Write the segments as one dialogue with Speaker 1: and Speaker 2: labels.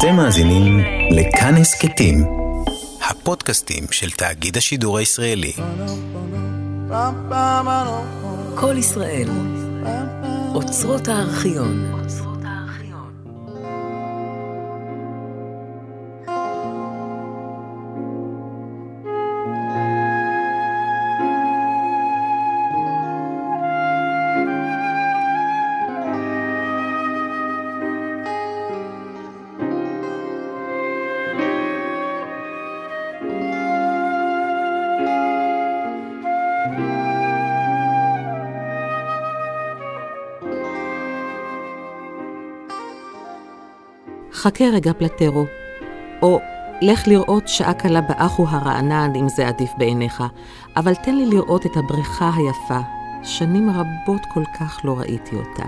Speaker 1: אתם מאזינים לכאן הסכתים, הפודקאסטים של תאגיד השידור הישראלי.
Speaker 2: כל ישראל, אוצרות הארכיון.
Speaker 3: חכה רגע פלטרו, או לך לראות שעה קלה באחו הרענן אם זה עדיף בעיניך, אבל תן לי לראות את הבריכה היפה, שנים רבות כל כך לא ראיתי אותה.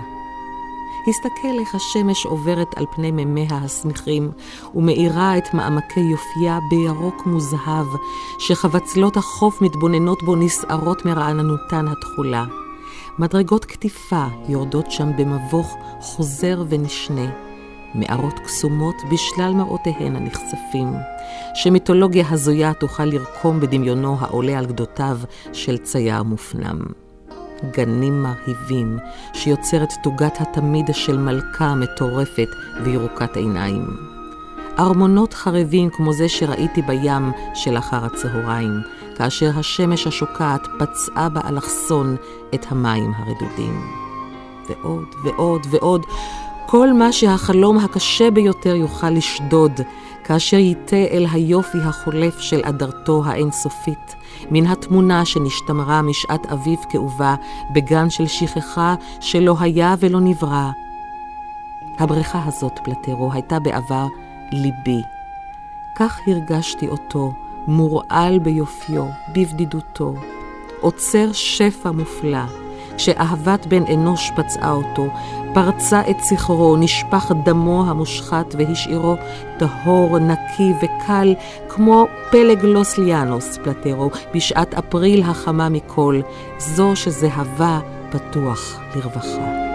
Speaker 3: הסתכל איך השמש עוברת על פני מימיה הסמיכים, ומאירה את מעמקי יופייה בירוק מוזהב, שחבצלות החוף מתבוננות בו נסערות מרעננותן התחולה. מדרגות כתיפה יורדות שם במבוך חוזר ונשנה, מערות קסומות בשלל מראותיהן הנחשפים, שמיתולוגיה הזויה תוכל לרקום בדמיונו העולה על גדותיו של צייר מופנם. גנים מרהיבים שיוצרת תוגת התמיד של מלכה מטורפת וירוקת עיניים. ארמונות חרבים כמו זה שראיתי בים של אחר הצהריים, כאשר השמש השוקעת פצעה באלכסון את המים הרדודים. ועוד ועוד ועוד, כל מה שהחלום הקשה ביותר יוכל לשדוד, כאשר ייתה אל היופי החולף של אדרתו האינסופית, מן התמונה שנשתמרה משעת אביב כאובה בגן של שכחה שלא היה ולא נברא. הבריכה הזאת, פלטרו, הייתה בעבר ליבי. כך הרגשתי אותו, מורעל ביופיו, בבדידותו, עוצר שפע מופלא. כשאהבת בן אנוש פצעה אותו, פרצה את זכרו, נשפך דמו המושחת והשאירו טהור, נקי וקל, כמו פלג לוס ליאנוס, פלטרו, בשעת אפריל החמה מכל, זו שזהבה פתוח לרווחה.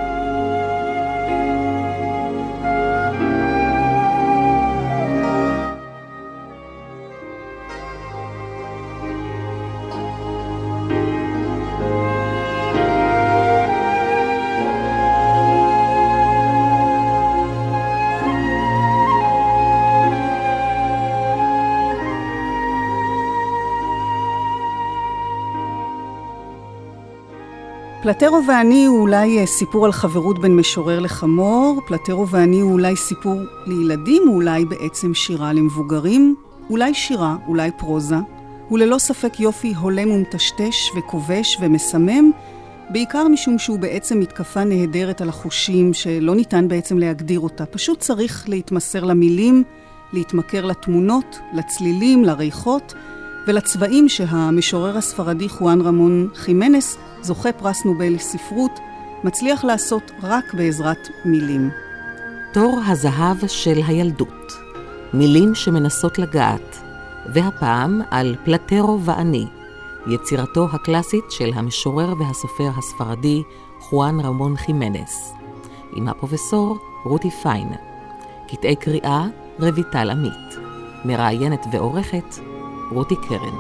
Speaker 4: פלטרו ואני הוא אולי סיפור על חברות בין משורר לחמור, פלטרו ואני הוא אולי סיפור לילדים, אולי בעצם שירה למבוגרים, אולי שירה, אולי פרוזה, הוא ללא ספק יופי הולם ומטשטש וכובש ומסמם, בעיקר משום שהוא בעצם מתקפה נהדרת על החושים שלא ניתן בעצם להגדיר אותה, פשוט צריך להתמסר למילים, להתמכר לתמונות, לצלילים, לריחות, ולצבעים שהמשורר הספרדי חואן רמון חימנס, זוכה פרס נובל לספרות, מצליח לעשות רק בעזרת מילים.
Speaker 3: תור הזהב של הילדות, מילים שמנסות לגעת, והפעם על פלטרו ואני, יצירתו הקלאסית של המשורר והסופר הספרדי חואן רמון חימנס, עם הפרופסור רותי פיין. קטעי קריאה רויטל עמית, מראיינת ועורכת רותי קרן.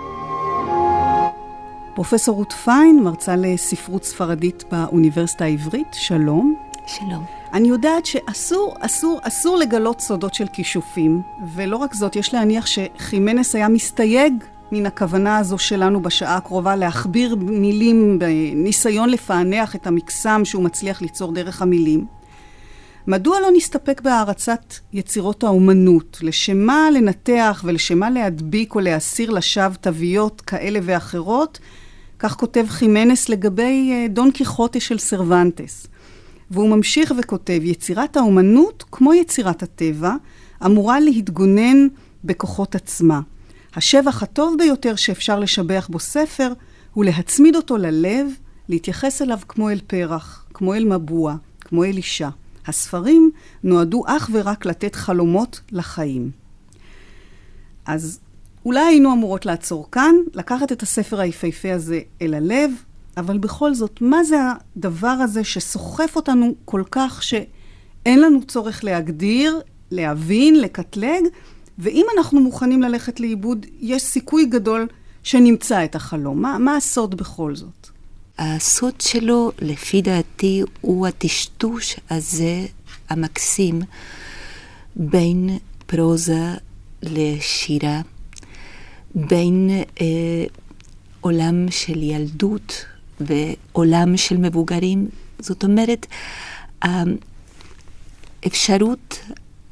Speaker 4: פרופסור רות פיין, מרצה לספרות ספרדית באוניברסיטה העברית, שלום.
Speaker 3: שלום.
Speaker 4: אני יודעת שאסור לגלות סודות של כישופים, ולא רק זאת, יש להניח שחימנס היה מסתייג מן הכוונה הזו שלנו בשעה הקרובה להכביר מילים בניסיון לפענח את המקסם שהוא מצליח ליצור דרך המילים. מדוע לא נסתפק בהערצת יצירות האומנות, לשמה לנתח ולשמה להדביק או להסיר לשווא תוויות כאלה ואחרות, כך כותב חימנס לגבי דון קיחוטה של סרוונטס. והוא ממשיך וכותב, יצירת האומנות, כמו יצירת הטבע, אמורה להתגונן בכוחות עצמה. השבח הטוב ביותר שאפשר לשבח בו ספר, הוא להצמיד אותו ללב, להתייחס אליו כמו אל פרח, כמו אל מבוע, כמו אל אישה. הספרים נועדו אך ורק לתת חלומות לחיים. אז אולי היינו אמורות לעצור כאן, לקחת את הספר היפהפה הזה אל הלב, אבל בכל זאת, מה זה הדבר הזה שסוחף אותנו כל כך שאין לנו צורך להגדיר, להבין, לקטלג, ואם אנחנו מוכנים ללכת לאיבוד, יש סיכוי גדול שנמצא את החלום. מה הסוד בכל זאת?
Speaker 5: הסוד שלו, לפי דעתי, הוא הטשטוש הזה המקסים בין פרוזה לשירה, בין עולם של ילדות ועולם של מבוגרים. זאת אומרת, האפשרות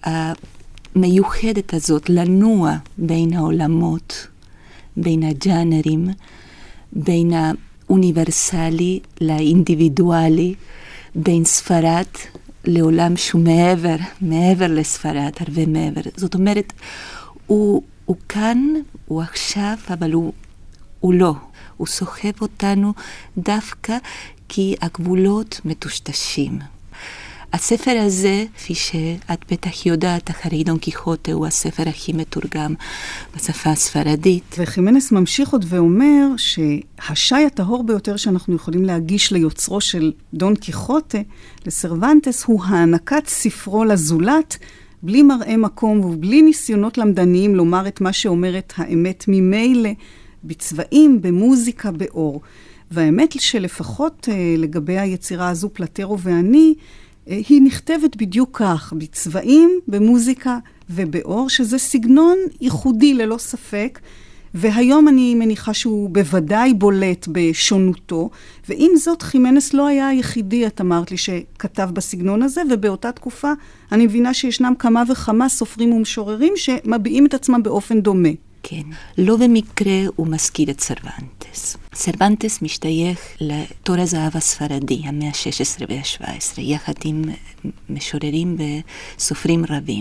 Speaker 5: המיוחדת הזאת לנוע בין העולמות, בין הג'אנרים, בין האוניברסלי לאינדיבידואלי, בין ספרד לעולם שהוא מעבר לספרד, הרבה מעבר. זאת אומרת, הוא כאן, הוא עכשיו, אבל הוא לא. הוא סוחב אותנו דווקא כי הגבולות מטושטשים. הספר הזה, כפי שאת בטח יודעת, אחרי דון קיחוטה, הוא הספר הכי מתורגם בשפה הספרדית.
Speaker 4: וחימנס ממשיך עוד ואומר שהשי הטהור ביותר שאנחנו יכולים להגיש ליוצרו של דון קיחוטה, לסרוונטס, הוא הענקת ספרו לזולת, בלי מראה מקום ובלי ניסיונות למדניים לומר את מה שאומרת האמת ממילא, בצבעים, במוזיקה, באור. והאמת שלפחות לגבי היצירה הזו, פלטרו ואני, היא נכתבת בדיוק כך, בצבעים, במוזיקה ובאור, שזה סגנון ייחודי ללא ספק, והיום אני מניחה שהוא בוודאי בולט בשונותו, ועם זאת חימנס לא היה היחידי, את אמרת לי, שכתב בסגנון הזה, ובאותה תקופה אני מבינה שישנם כמה וכמה סופרים ומשוררים שמביעים את עצמם באופן דומה.
Speaker 5: כן, לא במקרה הוא מזכיר את סרוונטס. סרוונטס משתייך לתור הזהב הספרדי, המאה ה-16 וה-17, יחד עם משוררים וסופרים רבים.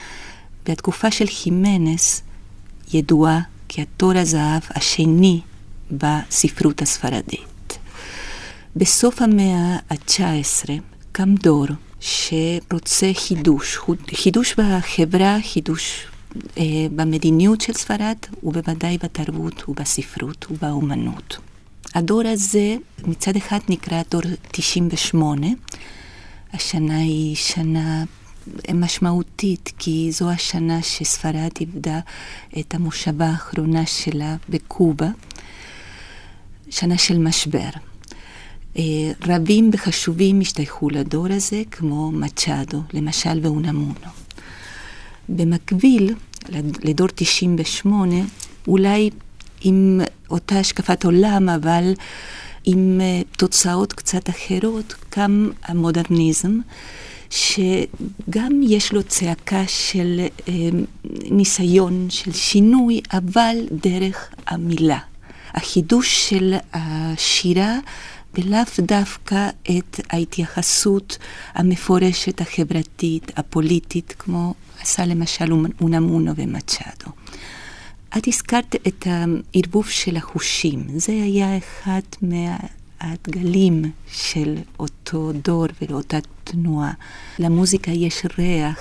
Speaker 5: בתקופה של חימנס ידועה כתור הזהב השני בספרות הספרדית. בסוף המאה ה-19 קם דור שרוצה חידוש בחברה, חידוש במדיניות של ספרד, ובוודאי בתרבות ובספרות ובאומנות. הדור הזה מצד אחד נקרא דור 98. השנה היא שנה משמעותית, כי זו השנה שספרד איבדה את המושבה האחרונה שלה בקובה, שנה של משבר. רבים וחשובים השתייכו לדור הזה, כמו מצ'אדו, למשל, ואונמונו. במקביל, לדור 98, אולי עם אותה השקפת עולם, אבל עם תוצאות קצת אחרות, קם המודרניזם, שגם יש לו צעקה של ניסיון, של שינוי, אבל דרך המילה. החידוש של השירה, ולאו דווקא את ההתייחסות המפורשת, החברתית, הפוליטית, כמו עשה למשל אונמונו ומצ'אדו. את הזכרת את הערבוב של החושים. זה היה אחד מהדגלים של אותו דור ולאותה תנועה. למוזיקה יש ריח,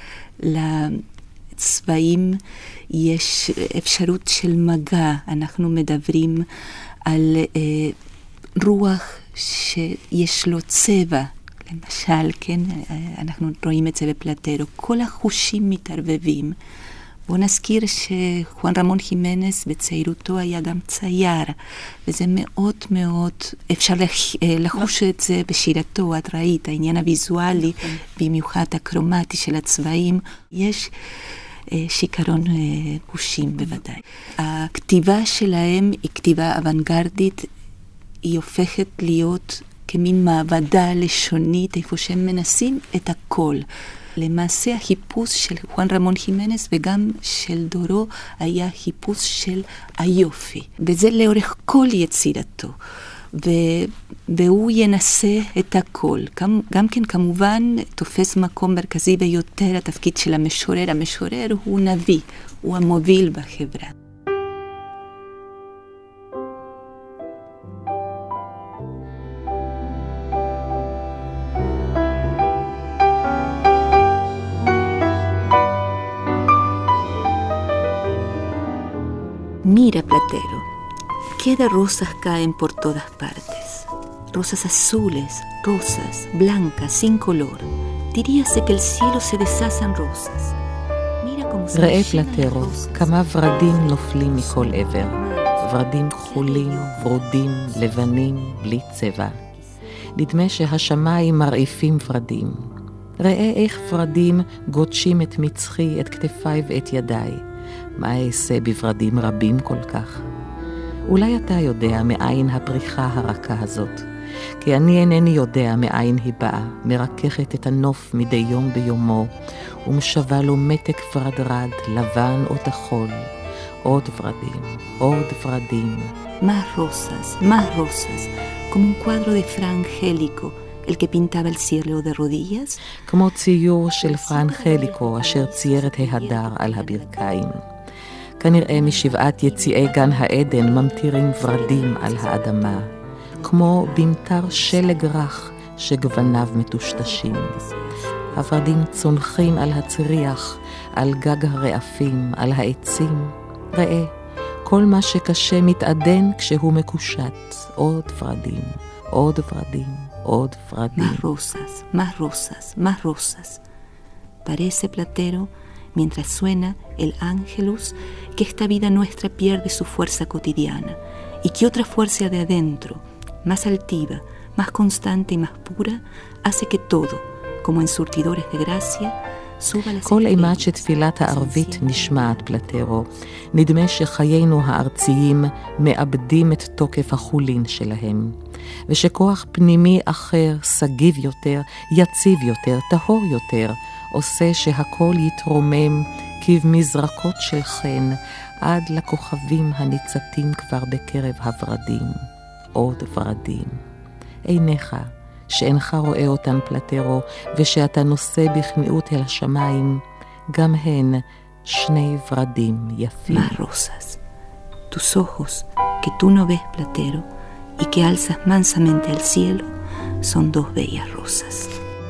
Speaker 5: לצבעים יש אפשרות של מגע. אנחנו מדברים על רוח שיש לו צבע. למשל, כן, אנחנו רואים את זה בפלטרו. כל החושים מתערבבים. בואו נזכיר שחואן רמון חימנס בצעירותו היה גם צייר, וזה מאוד מאוד, אפשר לחוש את זה בשירתו, את ראית, העניין הוויזואלי, במיוחד הקרומטי של הצבעים. יש שיקרון חושים בוודאי. הכתיבה שלהם היא כתיבה אוונגרדית, היא הופכת להיות כמין מעבדה לשונית, איפה שהם מנסים את הכל. למעשה החיפוש של חואן רמון חימנס וגם של דורו היה חיפוש של היופי. וזה לאורך כל יצירתו. והוא ינסה את הכל. גם כן כמובן תופס מקום מרכזי ביותר התפקיד של המשורר. המשורר הוא נביא, הוא המוביל בחברה. Mira, Platero, qué de rosas caen por todas partes. Rosas azules, rosas, blancas, sin color. diríase que el cielo se deshace en rosas.
Speaker 3: ראה פלטרו, כמה ורדים נופלים מכל עבר. ורדים כחולים, ורודים, לבנים, בלי צבע. נדמה שהשמיים מרעיפים ורדים. ראה איך ורדים גודשים את מצחי, את כתפיי ואת ידיי. מה אעשה בורדים רבים כל כך? אולי אתה יודע מאין הפריחה הרכה הזאת. כי אני אינני יודע מאין היא באה, מרככת את הנוף מדי יום ביומו, ומשווה לו מתק ורדרד, לבן או תחול. עוד ורדים, עוד ורדים.
Speaker 5: Más rosas, como un cuadro de Fra Angelico, el que pintaba el cielo de rodillas.
Speaker 3: כמו ציור של פרה אנחליקו, אשר צייר את ההדר על הברכיים. כנראה משבעת יציאי גן העדן ממטירים ורדים על האדמה, כמו במטר שלג רך שגווניו מטושטשים. הורדים צונחים על הצריח, על גג הרעפים, על העצים. ראה, כל מה שקשה מתעדן כשהוא מקושט. עוד ורדים, עוד ורדים, עוד ורדים.
Speaker 5: Más rosas. Parece, Platero, mientras suena el ángelus, que esta vida nuestra pierde su fuerza cotidiana y que otra fuerza de adentro, más altiva, más constante y más pura, hace que todo, como en surtidores de gracia, suba las
Speaker 3: כל אימת שתפילת הערבית נשמעת, פלטרו, נדמה שחיינו הארציים מאבדים את תוקף החולין שלהם, ושכוח פנימי אחר, סגיב יותר, יציב יותר, טהור יותר, עושה שהכל יתרומם כבמזרקות של חן, עד לכוכבים הניצתים כבר בקרב הורדים. עוד ורדים. עיניך, שאינך רואה אותן, פלטרו, ושאתה נושא בכניעות אל השמיים, גם הן שני ורדים יפים.
Speaker 5: Más rosas. Tus ojos, que tú no ves, Platero, y que alzas mansamente al cielo, son dos bellas rosas.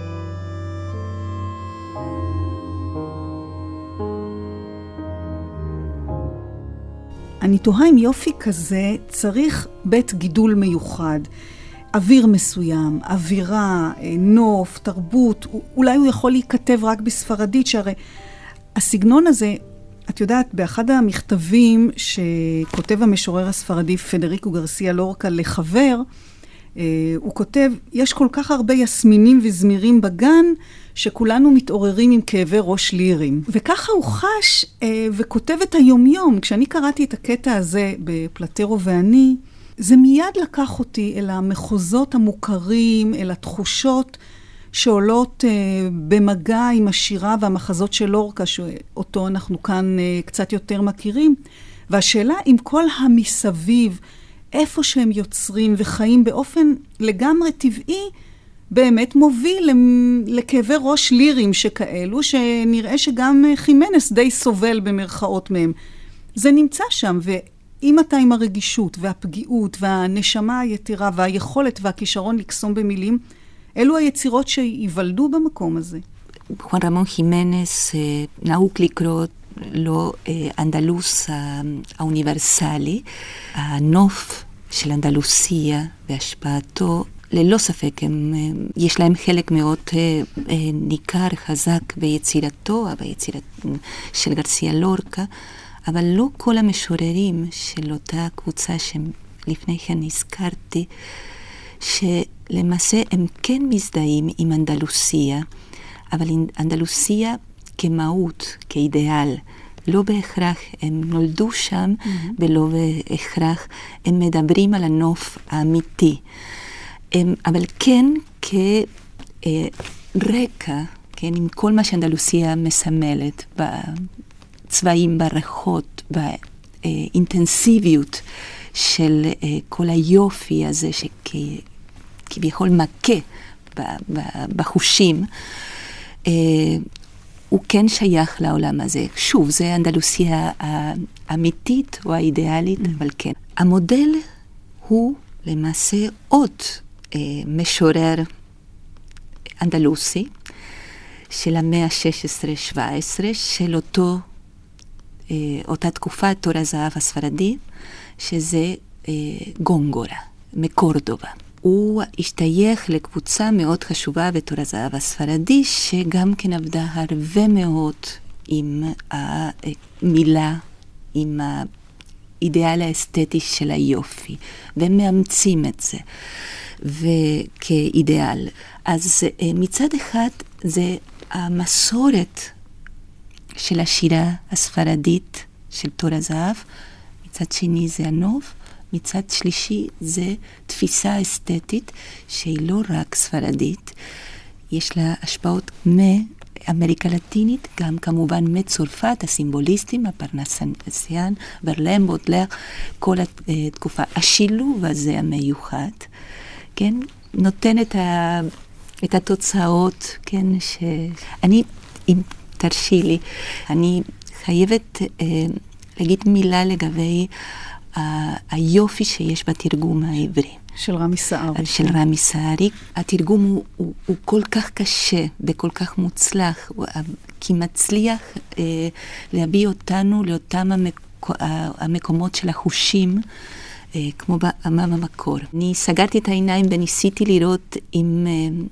Speaker 4: אני תוהה אם יופי כזה צריך בית גידול מיוחד. אוויר מסוים, אווירה, נוף, תרבות, אולי הוא יכול להיכתב רק בספרדית, שהרי הסגנון הזה, את יודעת, באחד המכתבים שכותב המשורר הספרדי פדריקו גרסיה לורקה לחבר, הוא כותב, יש כל כך הרבה יסמינים וזמירים בגן, שכולנו מתעוררים עם כאבי ראש לירים. וככה הוא חש וכותב את היומיום. כשאני קראתי את הקטע הזה בפלטרו ואני, זה מיד לקח אותי אל המחוזות המוכרים, אל התחושות שעולות במגע עם השירה והמחזות של לורקה, שאותו אנחנו כאן קצת יותר מכירים. והשאלה אם כל המסביב, איפה שהם יוצרים וחיים באופן לגמרי טבעי, באמת מוביל לכאבי ראש לירים שכאלו, שנראה שגם חימנס די סובל במרכאות מהם. זה נמצא שם, ואם אתה עם הרגישות והפגיעות והנשמה היתרה והיכולת והכישרון לקסום במילים, אלו היצירות שיוולדו במקום הזה.
Speaker 5: Juan Ramón Jiménez נהוג לקרוא לו אנדלוס האוניברסלי, הנוף של אנדלוסיה והשפעתו, ללא ספק, יש להם חלק מאוד ניכר, חזק ביצירתו, ביצירת של גרסיה לורקה, אבל לא כל המשוררים של אותה קבוצה שלפני כן הזכרתי, שלמעשה הם כן מזדהים עם אנדלוסיה, אבל אנדלוסיה כמהות, כאידאל, לא בהכרח הם נולדו שם, ולא בהכרח הם מדברים על הנוף האמיתי. אבל כן כרקע, כן, עם כל מה שאנדלוסיה מסמלת, בצבעים, בריחות, באינטנסיביות של כל היופי הזה שכביכול מכה בחושים, הוא כן שייך לעולם הזה. שוב, זה אנדלוסיה האמיתית או האידיאלית, אבל כן. המודל הוא למעשה עוד משורר אנדלוסי של המאה ה-16-17, של אותה תקופה, תור הזהב הספרדי, שזה גונגורה, מקורדובה. הוא השתייך לקבוצה מאוד חשובה בתור הזהב הספרדי, שגם כן עבדה הרבה מאוד עם המילה, עם האידאל האסתטי של היופי, והם מאמצים את זה וכאידאל. אז מצד אחד זה המסורת של השירה הספרדית של תור הזהב, מצד שני זה הנוף, מצד שלישי זה תפיסה אסתטית שהיא לא רק ספרדית, יש לה השפעות מאמריקה לטינית, גם כמובן מצרפת, הסימבוליסטים, הפרנסיאן, ורלן, בודלר, כל התקופה. השילוב הזה המיוחד, כן, נותן את התוצאות, כן, שאני, אם תרשי לי, אני חייבת להגיד מילה לגבי היופי שיש בתרגום העברי.
Speaker 4: של רמי סערי.
Speaker 5: של רמי סערי. התרגום הוא כל כך קשה וכל כך מוצלח, כי מצליח להביא אותנו לאותם המקומות של החושים, כמו באמם המקור. אני סגרתי את העיניים וניסיתי לראות אם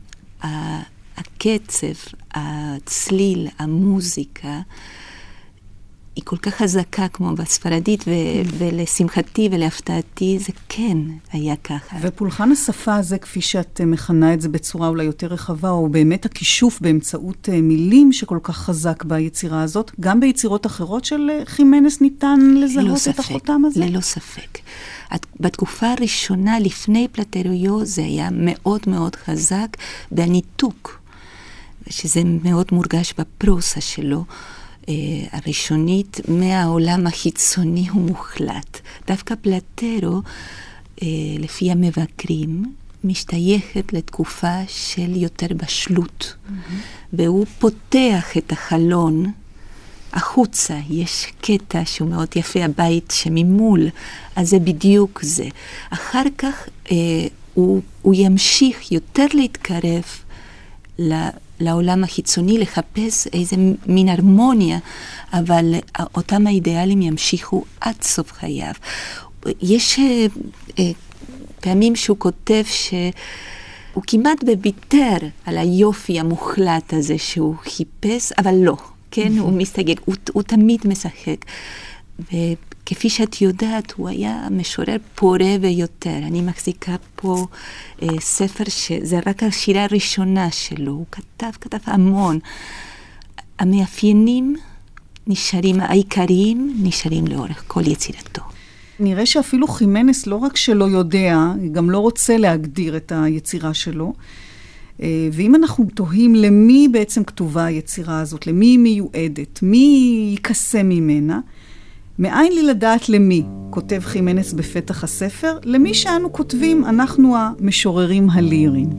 Speaker 5: הקצב, הצליל, המוזיקה, היא כל כך חזקה כמו בספרדית, ולשמחתי ולהפתעתי זה כן היה ככה.
Speaker 4: ופולחן השפה הזה, כפי שאת מכנה את זה בצורה אולי יותר רחבה, הוא באמת הכישוף באמצעות מילים שכל כך חזק ביצירה הזאת. גם ביצירות אחרות של חימנס ניתן לזהות את החותם הזה?
Speaker 5: ללא ספק. בתקופה הראשונה לפני פלטרו זה היה מאוד מאוד חזק בניתוק, שזה מאוד מורגש בפרוסה שלו, הראשונית מהעולם החיצוני ומוחלט. דווקא פלטרו, לפי המבקרים, משתייכת לתקופה של יותר בשלות, והוא פותח את החלון החוצה. יש קטע שהוא מאוד יפה, הבית שממול, אז זה בדיוק זה. אחר כך הוא ימשיך יותר להתקרב לעולם החיצוני, לחפש איזה מין הרמוניה, אבל אותם האידיאלים ימשיכו עד סוף חייו. יש פעמים שהוא כותב שהוא כמעט בביטר על היופי המוחלט הזה שהוא חיפש, אבל לא, כן? הוא מסתגג, הוא תמיד משחק. וכפי שאת יודעת, הוא היה משורר פורה ויותר. אני מחזיקה פה ספר שזה רק השירה הראשונה שלו. הוא כתב המון. המאפיינים נשארים, העיקריים נשארים לאורך כל יצירתו.
Speaker 4: נראה שאפילו חימנס לא רק שלא יודע, גם לא רוצה להגדיר את היצירה שלו. ואם אנחנו תוהים למי בעצם כתובה היצירה הזאת, למי היא מיועדת, מי יקסם ממנה, מאין לי לדעת למי כותב חימנס בפתח הספר, למי שאנו כותבים, אנחנו המשוררים הליריים.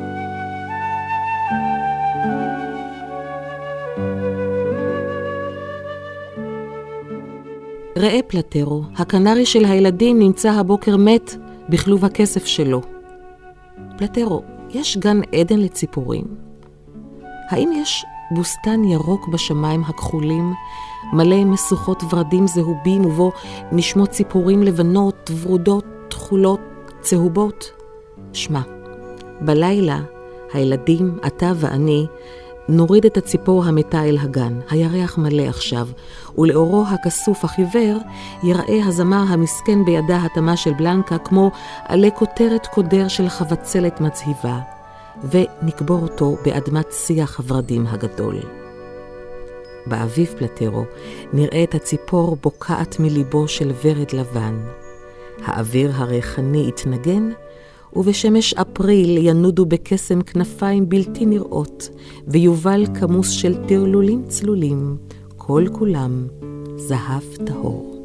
Speaker 3: ראה פלטרו, הקנרי של הילדים נמצא הבוקר מת בכלוב הכסף שלו. פלטרו, יש גן עדן לציפורים? האם יש בוסתן ירוק בשמיים הכחולים, מלא משוכות ורדים זהובים ובו נשמות ציפורים לבנות, ורודות, תכולות, צהובות? שמע, בלילה הילדים, אתה ואני, נוריד את הציפור המתה אל הגן. הירח מלא עכשיו, ולאורו הכסוף החיוור יראה הזמר המסכן בידה התמה של בלנקה כמו עלי כותרת קודר של חבצלת מצהיבה, ונקבור אותו באדמת שיח הורדים הגדול. באביב פלטרו נראה את הציפור בוקעת מליבו של ורד לבן. האוויר הריחני יתנגן, ובשמש אפריל ינודו בקסם כנפיים בלתי נראות, ויובל כמוס של תרלולים צלולים, כל כולם זהב טהור.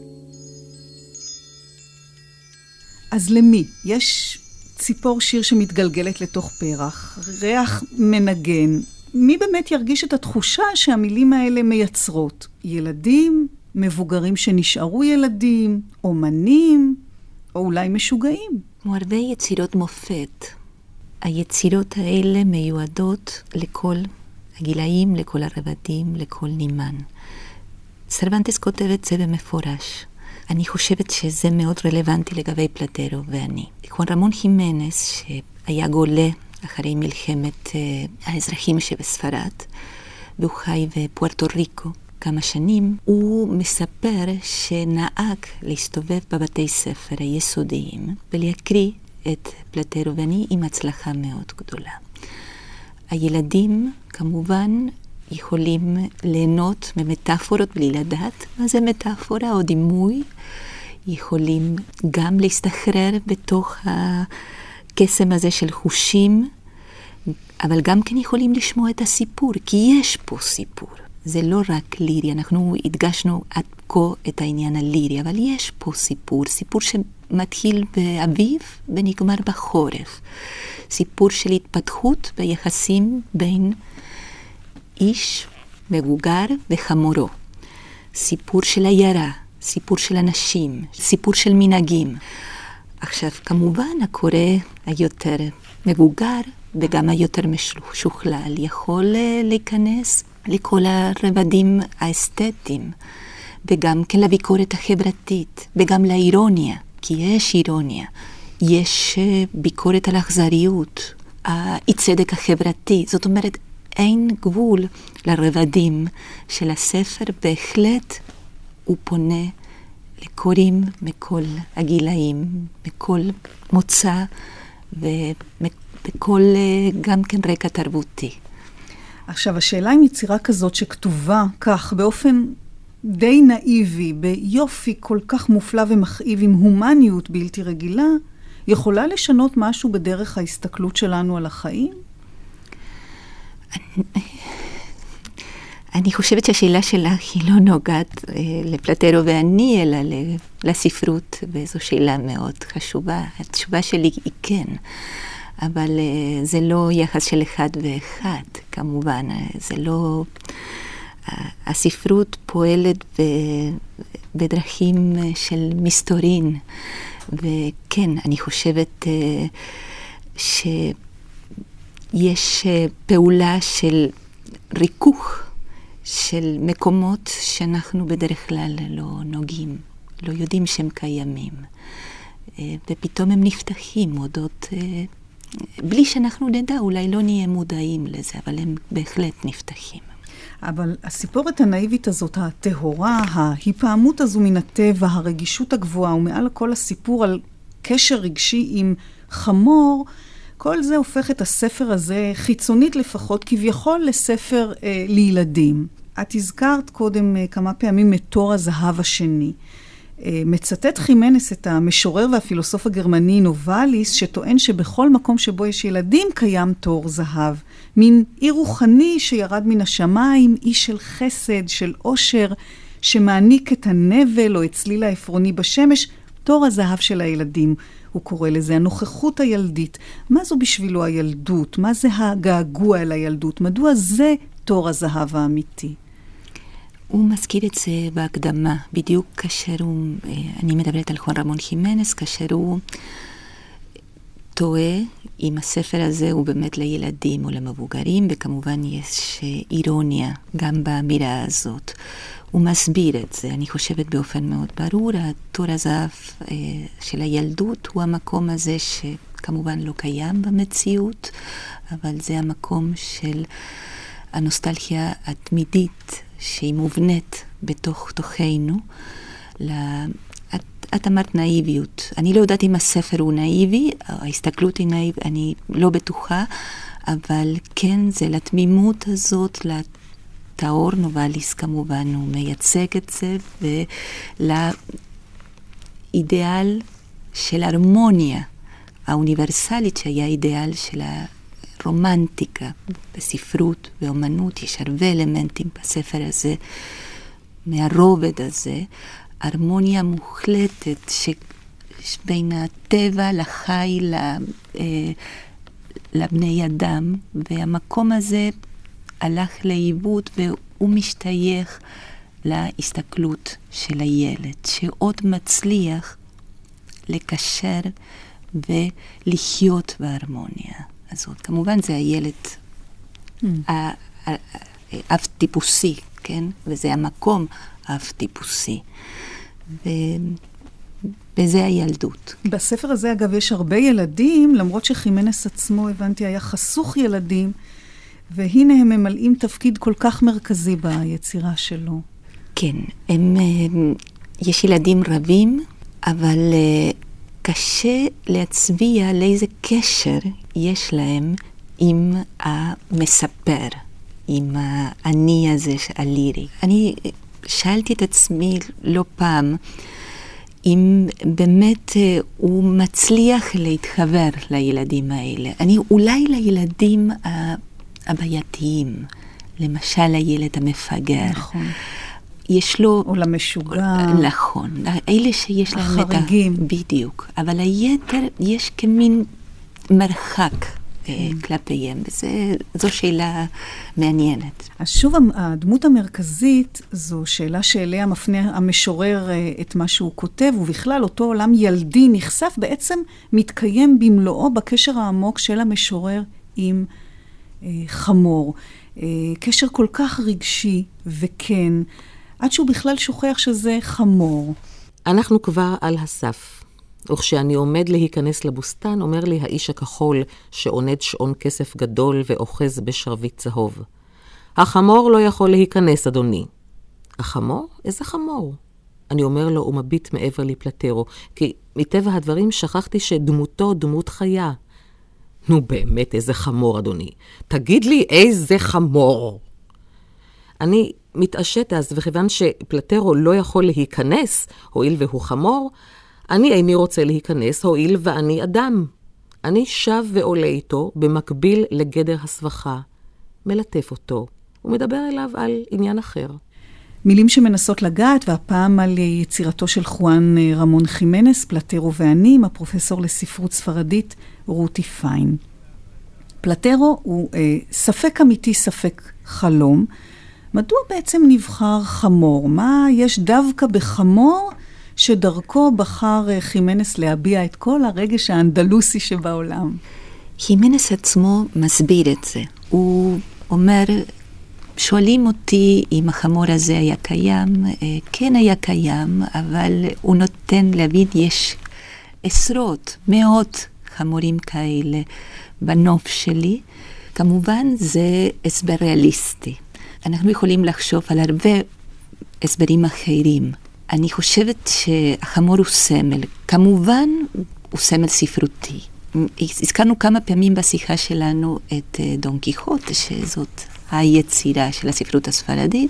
Speaker 4: אז למי? יש ציפור שיר שמתגלגלת לתוך פרח, ריח מנגן. מי באמת ירגיש את התחושה שהמילים האלה מייצרות? ילדים, מבוגרים שנשארו ילדים, אומנים, או אולי משוגעים.
Speaker 5: כמו הרבה יצירות מופת, היצירות האלה מיועדות לכל הגילאים, לכל הרבדים, לכל נימן. סרוונטס כותב את זה במפורש. אני חושבת שזה מאוד רלוונטי לגבי פלטרו ואני. חואן רמון חימנס, שהיה גולה אחרי מלחמת האזרחים שבספרד, והוא חי בפוארטו ריקו כמה שנים, הוא מספר שנהג להסתובב בבתי ספר היסודיים ולהקריא את פלטרו ואני עם הצלחה מאוד גדולה. הילדים כמובן יכולים ליהנות ממטאפורות בלי לדעת מה זה מטאפורה או דימוי, יכולים גם להסתחרר בתוך הקסם הזה של חושים, אבל גם כן יכולים לשמוע את הסיפור, כי יש פה סיפור. זה לא רק לירי, אנחנו הדגשנו עד כה את העניין הלירי, אבל יש פה סיפור, סיפור שמתחיל באביב ונגמר בחורף. סיפור של התפתחות ביחסים בין איש מבוגר וחמורו. סיפור של עיירה, סיפור של אנשים, סיפור של מנהגים. עכשיו, כמובן, הקורא היותר מבוגר וגם היותר משוכלל יכול להיכנס לכל הרבדים האסתטיים, וגם כן לביקורת החברתית, וגם לאירוניה, כי יש אירוניה. יש ביקורת על האכזריות, האי-צדק החברתי. זאת אומרת, אין גבול לרבדים של הספר. בהחלט הוא פונה לקוראים מכל הגילאים, מכל מוצא ובכל גם כן רקע תרבותי.
Speaker 4: עכשיו, השאלה אם יצירה כזאת שכתובה כך באופן די נאיבי, ביופי כל כך מופלא ומכאיב, עם הומניות בלתי רגילה, יכולה לשנות משהו בדרך ההסתכלות שלנו על החיים?
Speaker 5: אני חושבת שהשאלה שלך היא לא נוגעת לפלטרו ואני, אלא לספרות, וזו שאלה מאוד חשובה. התשובה שלי היא כן, אבל זה לא יחס של אחד ואחד, כמובן. זה לא... הספרות פועלת בדרכים של מסתורין, וכן, אני חושבת שיש פעולה של ריכוך של מקומות שאנחנו בדרך כלל לא נוגעים, לא יודעים שהם קיימים. ופתאום הם נפתחים הודות, בלי שאנחנו נדע, אולי לא נהיה מודעים לזה, אבל הם בהחלט נפתחים.
Speaker 4: אבל הסיפורת הנאיבית הזאת, הטהורה, ההיפעמות הזו מן הטבע, הרגישות הגבוהה, ומעל כל הסיפור על קשר רגשי עם חמור, כל זה הופך את הספר הזה, חיצונית לפחות, כביכול לספר לילדים. את הזכרת קודם כמה פעמים את תור הזהב השני. מצטט חימנס את המשורר והפילוסוף הגרמני נובליס, שטוען שבכל מקום שבו יש ילדים קיים תור זהב. מין אי רוחני שירד מן השמיים, אי של חסד, של עושר, שמעניק את הנבל או את צליל העפרוני בשמש, תור הזהב של הילדים. הוא קורא לזה הנוכחות הילדית. מה זו בשבילו הילדות? מה זה הגעגוע אל הילדות? מדוע זה תור הזהב האמיתי?
Speaker 5: הוא מזכיר את זה בהקדמה, בדיוק כאשר הוא, אני מדברת על חואן רמון חימנס, כאשר הוא טועה אם הספר הזה הוא באמת לילדים או למבוגרים, וכמובן יש אירוניה גם באמירה הזאת. הוא מסביר את זה, אני חושבת באופן מאוד ברור, התור הזהב של הילדות הוא המקום הזה שכמובן לא קיים במציאות, אבל זה המקום של הנוסטלגיה התמידית שהיא מובנית בתוך תוכנו. את אמרת נאיביות. אני לא יודעת אם הספר הוא נאיבי, ההסתכלות היא נאיב, אני לא בטוחה, אבל כן, זה לתמימות הזאת, לתאור נובליס כמובן, הוא מייצג את זה, ולאידאל של הרמוניה האוניברסלית, שהיה אידאל של רומנטיקה בספרות ואומנות. יש הרבה אלמנטים בספר הזה, מהרובד הזה, הרמוניה מוחלטת שבין הטבע לחי לבני אדם, והמקום הזה הלך לאיבוד, והוא משתייך להסתכלות של הילד, שעוד מצליח לקשר ולחיות בהרמוניה הזאת. כמובן זה הילד אב טיפוסי, כן? וזה המקום אב טיפוסי. וזה הילדות.
Speaker 4: בספר הזה, אגב, יש הרבה ילדים, למרות שחימנס עצמו, הבנתי, היה חסוך ילדים, והנה הם ממלאים תפקיד כל כך מרכזי ביצירה שלו.
Speaker 5: כן, יש ילדים רבים, אבל קשה להצביע לאיזה קשר יש להם עם המספר, עם האני הזה הלירי. אני שאלתי את עצמי לא פעם, אם באמת הוא מצליח להתחבר לילדים האלה. אולי לילדים הבעייתיים, למשל הילד המפגר.
Speaker 4: נכון.
Speaker 5: יש לו...
Speaker 4: או למשוגע.
Speaker 5: נכון. אלה שיש להם את
Speaker 4: החריגים.
Speaker 5: בדיוק. אבל היתר יש כמין מרחק כלפיהם, וזו שאלה מעניינת.
Speaker 4: אז שוב, הדמות המרכזית זו שאלה שאליה מפנה המשורר את מה שהוא כותב, ובכלל אותו עולם ילדי נחשף, בעצם מתקיים במלואו בקשר העמוק של המשורר עם חמור. קשר כל כך רגשי וכן, עד שהוא בכלל שוכח שזה חמור.
Speaker 3: אנחנו כבר על הסף. וכשאני עומד להיכנס לבוסטן, אומר לי האיש הכחול שעונד שעון כסף גדול ואוחז בשרביט צהוב. החמור לא יכול להיכנס, אדוני. החמור? איזה חמור? אני אומר לו ומביט מעבר לפלטרו, כי מטבע הדברים שכחתי שדמותו דמות חיה. נו באמת, איזה חמור, אדוני. תגיד לי איזה חמור. אני מתעשת אז, וכיוון שפלטרו לא יכול להיכנס, הואיל והוא חמור, אני איני רוצה להיכנס, הואיל ואני אדם. אני שב ועולה איתו במקביל לגדר הסבכה, מלטף אותו, ומדבר אליו על עניין אחר.
Speaker 4: מילים שמנסות לגעת, והפעם על יצירתו של חואן רמון חימנס, פלטרו ואני, עם הפרופסור לספרות ספרדית רותי פיין. פלטרו הוא ספק אמיתי, ספק חלום. מדוע בעצם נבחר חמור? מה יש דווקא בחמור שדרכו בחר חימנס להביע את כל הרגש האנדלוסי שבעולם?
Speaker 5: חימנס עצמו מסביר את זה. הוא אומר, שואלים אותי אם החמור הזה היה קיים. כן היה קיים, אבל הוא נותן להבין, יש עשרות, מאות חמורים כאלה בנוף שלי. כמובן זה הסבר ריאליסטי. אנחנו יכולים לחשוב על הרבה הסברים אחרים. אני חושבת שהחמור הוא סמל. כמובן הוא סמל ספרותי. הזכרנו כמה פעמים בשיחה שלנו את דון קיחוט, שזאת היצירה של הספרות הספרדית.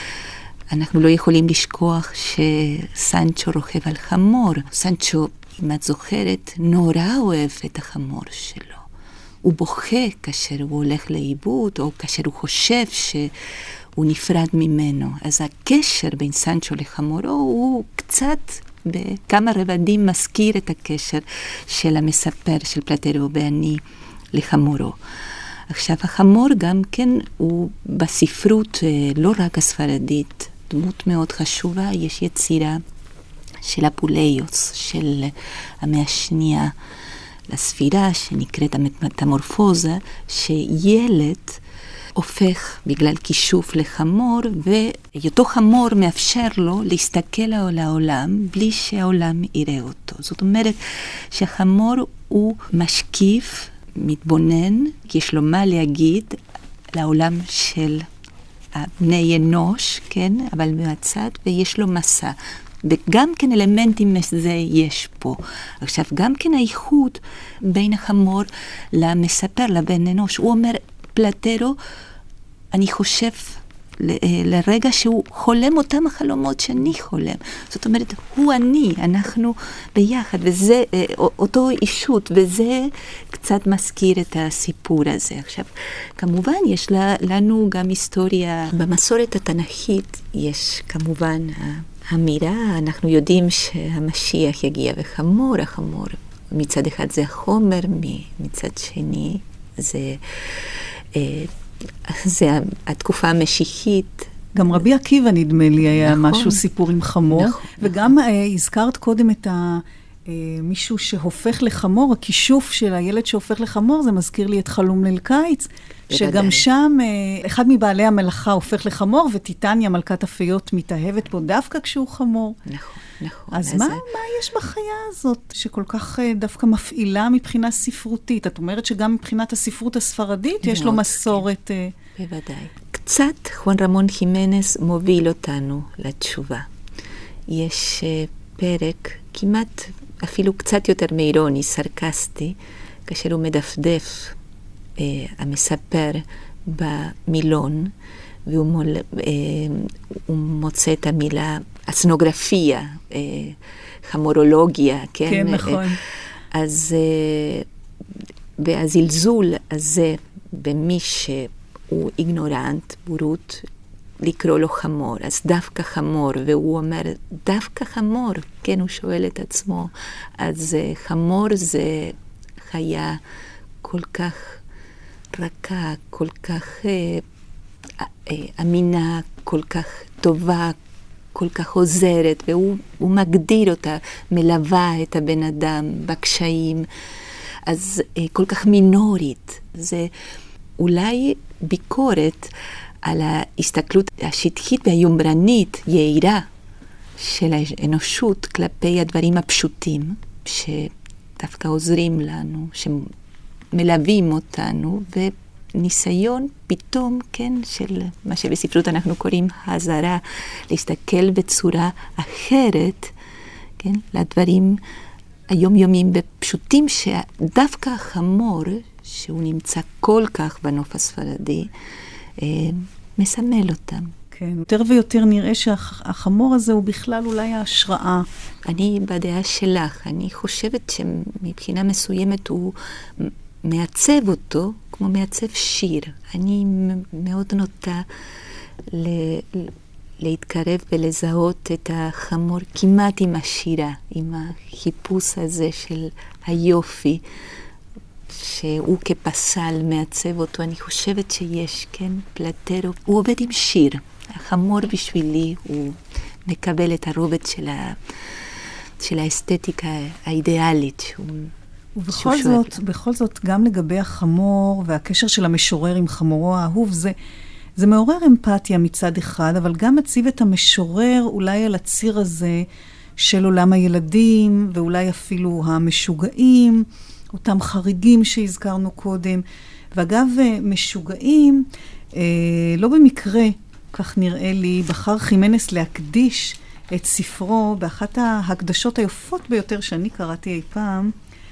Speaker 5: אנחנו לא יכולים לשכוח שסנצ'ו רוכב על חמור. סנצ'ו, אם את זוכרת, נורא אוהב את החמור שלו. הוא בוכה כאשר הוא הולך לאיבוד, או כאשר הוא חושב שהוא נפרד ממנו. אז הקשר בין סנצ'ו לחמורו הוא קצת בכמה רבדים מזכיר את הקשר של המספר של פלטרו ואני לחמורו. עכשיו, החמור גם כן הוא בספרות לא רק הספרדית, דמות מאוד חשובה. יש יצירה של אפולאיוס, של המאה השנייה לספירה, שנקראת המטמורפוזה, שילד הופך בגלל כישוף לחמור, ואותו חמור מאפשר לו להסתכל על העולם בלי שהעולם יראה אותו. זאת אומרת שהחמור הוא משקיף, מתבונן, כי יש לו מה להגיד לעולם של בני אנוש, כן? אבל מהצד, ויש לו מסע. וגם כן אלמנטים מזה יש פה. עכשיו, גם כן האיחוד בין החמור למספר, לבן אנוש. הוא אומר, פלטרו, אני חושב לרגע שהוא חולם אותם החלומות שאני חולם. זאת אומרת, הוא אני, אנחנו ביחד, וזה אותו אישות, וזה קצת מזכיר את הסיפור הזה. עכשיו, כמובן, יש לנו גם היסטוריה. במסורת התנ"כית יש כמובן אמירה, אנחנו יודעים שהמשיח יגיע וחמור, החמור מצד אחד זה החומר, מצד שני זה התקופה המשיחית.
Speaker 4: גם רבי עקיבא נדמה לי היה
Speaker 5: נכון,
Speaker 4: משהו סיפור עם חמור,
Speaker 5: נכון,
Speaker 4: וגם הזכרת קודם מישהו שהופך לחמור, הכישוף של הילד שהופך לחמור, זה מזכיר לי את חלום ליל קיץ, שגם שם אחד מבעלי המלאכה הופך לחמור, וטיטניה, מלכת הפיות, מתאהבת בו דווקא כשהוא חמור.
Speaker 5: נכון, נכון.
Speaker 4: אז מה יש בחיה הזאת שכל כך דווקא מפעילה מבחינה ספרותית? את אומרת שגם מבחינת הספרות הספרדית יש לו מסורת...
Speaker 5: בוודאי. קצת חואן רמון חימנס מוביל אותנו לתשובה. יש פרק כמעט אפילו קצת יותר מאירוני, סרקסטי, כאשר הוא מדפדף המספר במילון, והוא מוצא את המילה אסנוגרפיה, חמורולוגיה, כן?
Speaker 4: כן, נכון.
Speaker 5: אז והזלזול הזה במי שהוא איגנורנט, בורות, לקרוא לו חמור, אז דווקא חמור, והוא אומר, דווקא חמור, כן, הוא שואל את עצמו, אז חמור זה חיה כל כך רכה, כל כך אמינה, כל כך טובה, כל כך עוזרת, והוא מגדיר אותה, מלווה את הבן אדם בקשיים, אז כל כך מינורית. זה אולי ביקורת על ההסתכלות השטחית והיומרנית, יעירה, של האנושות כלפי הדברים הפשוטים, שדווקא עוזרים לנו, שמלווים אותנו, וניסיון פתאום, כן, של מה שבספרות אנחנו קוראים הזרה, להסתכל בצורה אחרת, כן, לדברים היומיומיים ופשוטים, שדווקא החמור, שהוא נמצא כל כך בנוף הספרדי, מסמל אותם.
Speaker 4: כן, יותר ויותר נראה שהחמור הזה הוא בכלל אולי ההשראה.
Speaker 5: אני בדעה שלך, אני חושבת שמבחינה מסוימת הוא מעצב אותו כמו מעצב שיר. אני מאוד נוטה להתקרב ולזהות את החמור כמעט עם השירה, עם החיפוש הזה של היופי, שהוא כפסל מעצב אותו. אני חושבת שיש, כן, פלטרו, הוא עובד עם שיר. החמור בשבילי הוא מקבל את הרובד של האסתטיקה האידיאלית.
Speaker 4: ובכל זאת, גם לגבי החמור והקשר של המשורר עם חמורו האהוב, זה מעורר אמפתיה מצד אחד, אבל גם מציב את המשורר אולי על הציר הזה של עולם הילדים, ואולי אפילו המשוגעים, אותם חריגים שהזכרנו קודם. ואגב, משוגעים, לא במקרה, כך נראה לי, בחר חימנס להקדיש את ספרו באחת ההקדשות היפות ביותר שאני קראתי אי פעם,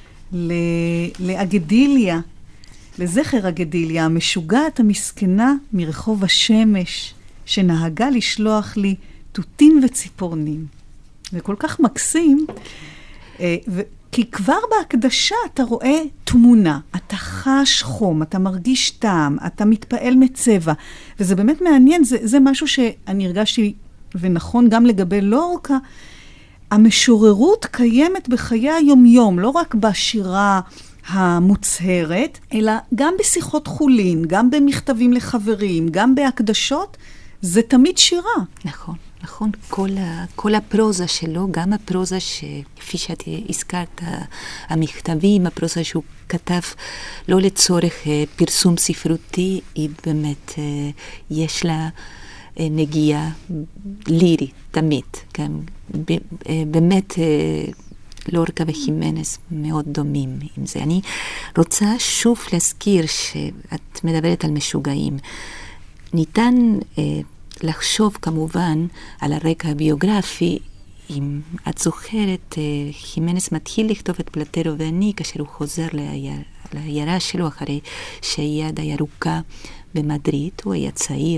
Speaker 4: לאגדיליה, לזכר אגדיליה, המשוגעת המסכנה מרחוב השמש, שנהגה לשלוח לי תותים וציפורנים. זה כל כך מקסים, כי כבר בהקדשה אתה רואה תמונה, אתה חש חום, אתה מרגיש טעם, אתה מתפעל מצבע, וזה באמת מעניין, זה משהו שאני הרגשתי, ונכון גם לגבי לורקה, המשוררות קיימת בחיי היומיום, לא רק בשירה המוצהרת, אלא גם בשיחות חולין, גם במכתבים לחברים, גם בהקדשות, זה תמיד שירה.
Speaker 5: נכון. נכון, כל הפרוזה שלו, גם הפרוזה שכפי שאת הזכרת, המכתבים, הפרוזה שהוא כתב לא לצורך פרסום ספרותי, היא באמת, יש לה נגיעה לירית, תמיד. כן? באמת, לורקה וחימנס מאוד דומים עם זה. אני רוצה שוב להזכיר שאת מדברת על משוגעים. ניתן לחשוב כמובן על הרקע הביוגרפי. אם את זוכרת, חימנס מתחיל לכתוב את פלטרו ואני כאשר הוא חוזר לעיירה שלו אחרי שהיד הירוקה במדריד. הוא היה צעיר,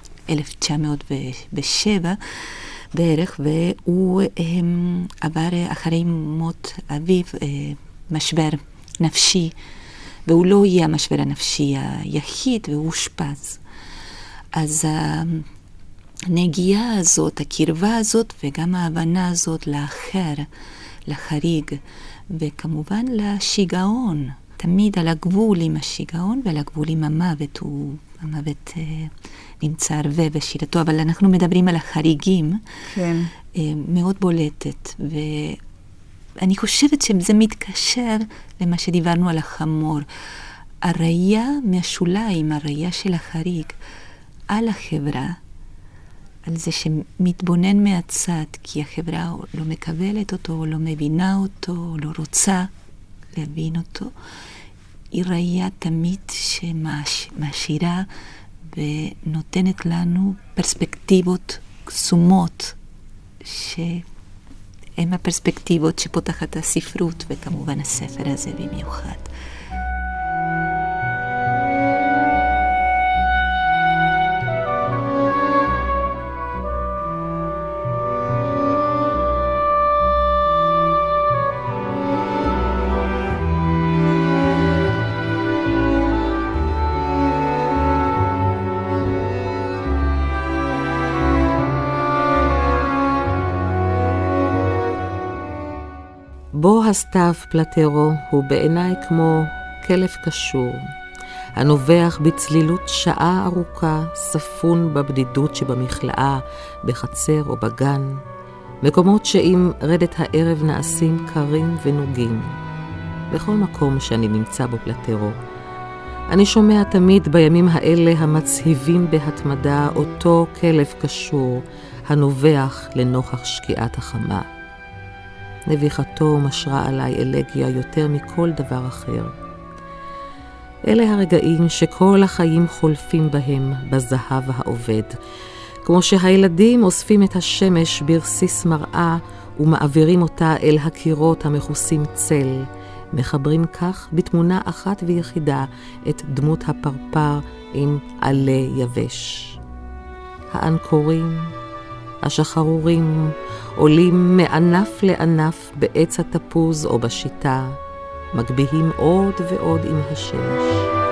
Speaker 5: 1907 בערך, והוא עבר אחרי מות אביו משבר נפשי, והוא לא יהיה המשבר הנפשי היחיד, והוא אושפז. אז הנגיעה הזאת, הקרבה הזאת, וגם ההבנה הזאת לאחר, לחריג, וכמובן לשיגעון, תמיד על הגבול עם השיגעון ועל הגבול עם המוות. המוות נמצא הרבה בשירתו, אבל אנחנו מדברים על החריגים,
Speaker 4: כן.
Speaker 5: מאוד בולטת, אני חושבת שזה מתקשר למה שדיברנו על החמור. הראייה מהשוליים, הראייה של החריג, על החברה, על זה שמתבונן מהצד, כי החברה לא מקבלת אותו, לא מבינה אותו, לא רוצה להבין אותו, היא ראייה תמיד שמעשירה ונותנת לנו פרספקטיבות קסומות, שהן הפרספקטיבות שפותחת הספרות, וכמובן הספר הזה במיוחד.
Speaker 3: בו הסתיו פלטרו הוא בעיניי כמו כלב קשור, הנובח בצלילות שעה ארוכה, ספון בבדידות שבמכלאה, בחצר או בגן, מקומות שעם רדת הערב נעשים קרים ונוגים. בכל מקום שאני נמצא בו פלטרו, אני שומע תמיד בימים האלה המצהיבים בהתמדה אותו כלב קשור, הנובח לנוכח שקיעת החמה. נביחתו משרה עליי אלגיה יותר מכל דבר אחר. אלה הרגעים שכל החיים חולפים בהם בזהב העובד, כמו שהילדים אוספים את השמש ברסיס מראה ומעבירים אותה אל הקירות המכוסים צל, מחברים כך בתמונה אחת ויחידה את דמות הפרפר עם עלה יבש. האנקורים, השחרורים, עולים מענף לענף בעץ התפוז או בשיטה, מגביהים עוד ועוד עם השמש.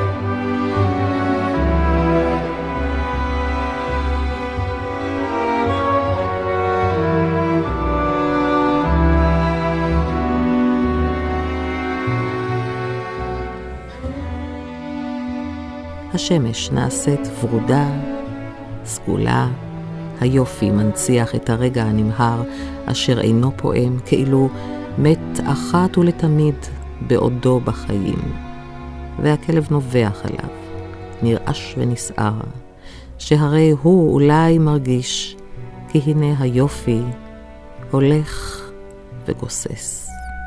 Speaker 3: השמש נעשית ורודה, סגולה, היופי מנציח את הרגע הנמהר אשר אינו פועם, כאילו מת אחת ולתמיד בעודו בחיים. והכלב נובח עליו, נרעש ונסער, שהרי הוא אולי מרגיש כי הנה היופי הולך וגוסס.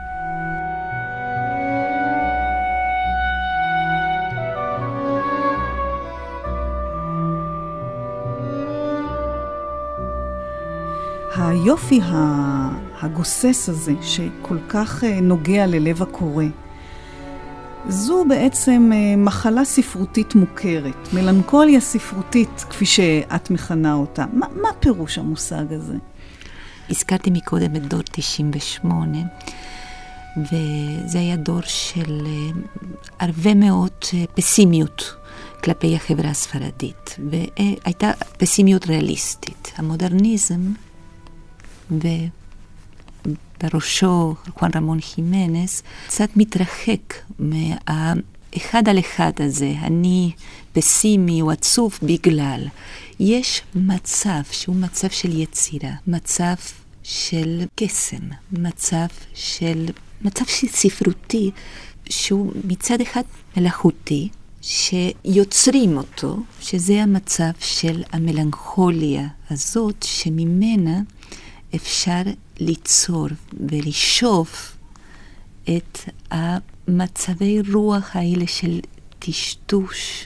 Speaker 4: היופי הגוסס הזה, שכל כך נוגע ללב הקורא, זו בעצם מחלה ספרותית מוכרת, מלנכוליה ספרותית, כפי שאת מכנה אותה. מה פירוש המושג הזה?
Speaker 5: הזכרתי מקודם את דור 98, וזה היה דור של הרבה מאוד פסימיות כלפי החברה הספרדית, והייתה פסימיות ריאליסטית. המודרניזם, ובראשו חואן רמון חימנס, קצת מתרחק מהאחד על אחד הזה, אני פסימי או עצוב בגלל. יש מצב שהוא מצב של יצירה, מצב של קסם, מצב ספרותי, שהוא מצד אחד מלאכותי, שיוצרים אותו, שזה המצב של המלנכוליה הזאת, שממנה אפשר ליצור ולשאוב את המצבי רוח האלה של טשטוש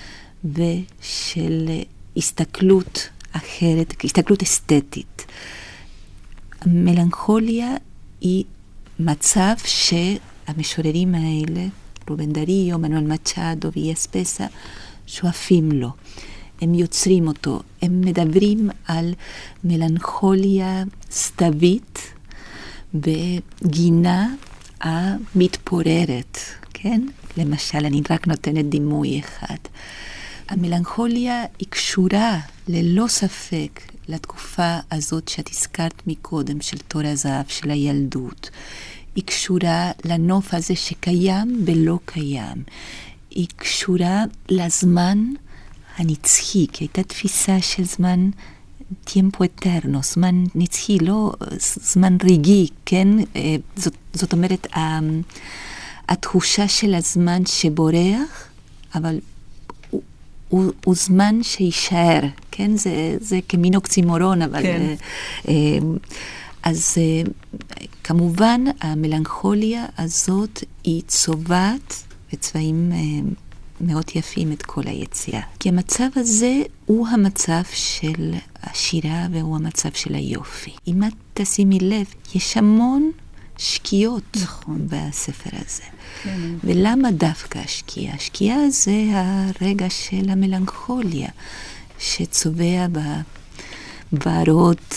Speaker 5: ושל הסתכלות אחרת, הסתכלות אסתטית. המלנכוליה היא מצב שהמשוררים האלה, רובן דריו, מנואל מצ'אדו ויאספסה, שואפים לו. הם יוצרים אותו, הם מדברים על מלנכוליה סתווית בגינה המתפוררת, כן? למשל, אני רק נותנת דימוי אחד. המלנכוליה היא קשורה ללא ספק לתקופה הזאת שאת הזכרת מקודם, של תור הזהב, של הילדות. היא קשורה לנוף הזה שקיים ולא קיים. היא קשורה לזמן הנצחי, כי הייתה תפיסה של זמן טיימפו אטרנו, זמן נצחי, לא זמן רגעי, כן? זאת אומרת, התחושה של הזמן שבורח, אבל הוא זמן שישאר, כן? זה כמין אוקסימורון, אבל... כן. אז כמובן, המלנכוליה הזאת היא צובעת בצבעים מאוד יפים את כל היציאה. כי המצב הזה הוא המצב של השירה והוא המצב של היופי. אם את תשימי לב, יש המון שקיעות בספר הזה. כן. ולמה דווקא השקיעה? השקיעה זה הרגע של המלנכוליה, שצובע בוורוד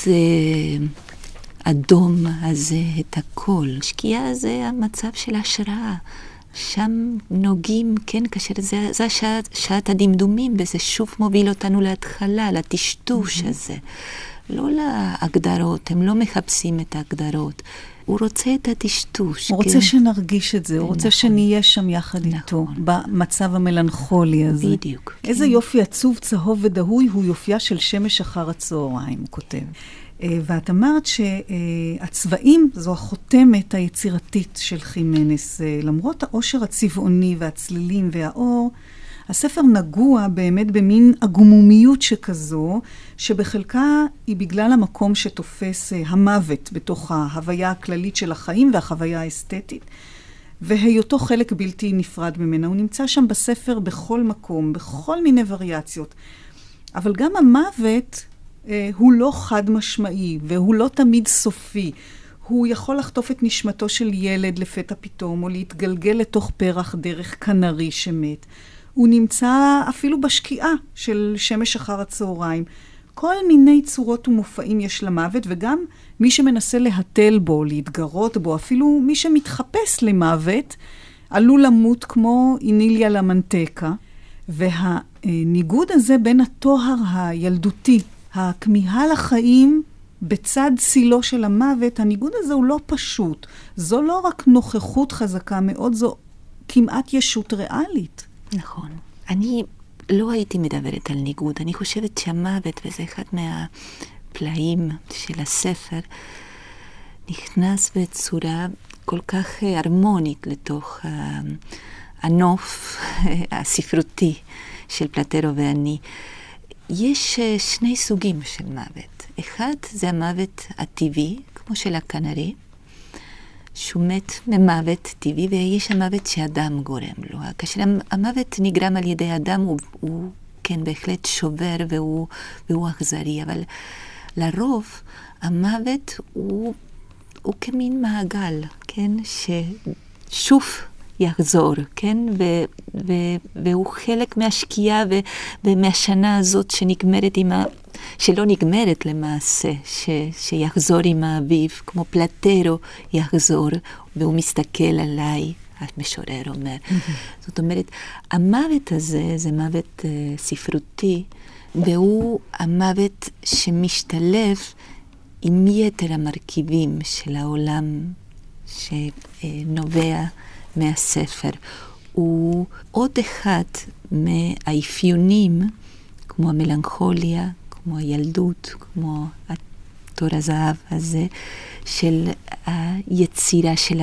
Speaker 5: אדום הזה את הכל. השקיעה זה המצב של השראה. שם נוגעים, כן, כאשר זה שעת הדמדומים, וזה שוב מוביל אותנו להתחלה, לטשטוש הזה. לא להגדרות, הם לא מחפשים את ההגדרות. הוא רוצה את הטשטוש. הוא
Speaker 4: רוצה שנרגיש את זה, הוא רוצה שנהיה שם יחד איתו, במצב המלנכולי הזה.
Speaker 5: בדיוק.
Speaker 4: איזה יופי עצוב, צהוב ודהוי, הוא יופייה של שמש אחר הצהריים, הוא כותב. ואת אמרת שהצבעים זו החותמת היצירתית של חימנס. למרות העושר הצבעוני והצלילים והאור, הספר נגוע באמת במין אגומומיות שכזו, שבחלקה היא בגלל המקום שתופס המוות בתוך ההוויה הכללית של החיים והחוויה האסתטית, והיותו חלק בלתי נפרד ממנה. הוא נמצא שם בספר בכל מקום, בכל מיני וריאציות. אבל גם המוות הוא לא חד משמעי, והוא לא תמיד סופי. הוא יכול לחטוף את נשמתו של ילד לפתע פתאום, או להתגלגל לתוך פרח דרך כנרי שמת. הוא נמצא אפילו בשקיעה של שמש אחר הצהריים. כל מיני צורות ומופעים יש למוות, וגם מי שמנסה להתל בו, להתגרות בו, אפילו מי שמתחפש למוות, עלול למות כמו איניליה למנטקה. והניגוד הזה בין התואר הילדותי, הכמיהה לחיים בצד צילו של המוות, הניגוד הזה הוא לא פשוט. זו לא רק נוכחות חזקה מאוד, זו כמעט ישות ריאלית.
Speaker 5: נכון. אני לא הייתי מדברת על ניגוד. אני חושבת שהמוות, וזה אחד מהפלאים של הספר, נכנס בצורה כל כך הרמונית לתוך הנוף הספרותי של פלטרו ואני. יש שני סוגים של מוות. אחד זה המוות הטבעי, כמו של הכנרי, שהוא מת ממוות טבעי, ויש המוות שאדם גורם לו. כאשר המוות נגרם על ידי אדם, הוא כן בהחלט שובר והוא אכזרי, אבל לרוב המוות הוא כמין מעגל, כן, ששוב יחזור, כן, והוא חלק מהשקיעה ומהשנה הזאת שנגמרת שלא נגמרת למעשה, שיחזור עם האביב, כמו פלטרו יחזור, והוא מסתכל עליי, המשורר אומר. זאת אומרת, המוות הזה זה מוות ספרותי, והוא המוות שמשתלב עם יתר המרכיבים של העולם שנובע מהספר. הוא עוד אחד מהאפיונים, כמו המלנכוליה, כמו הילדות, כמו התור הזהב הזה, של היצירה של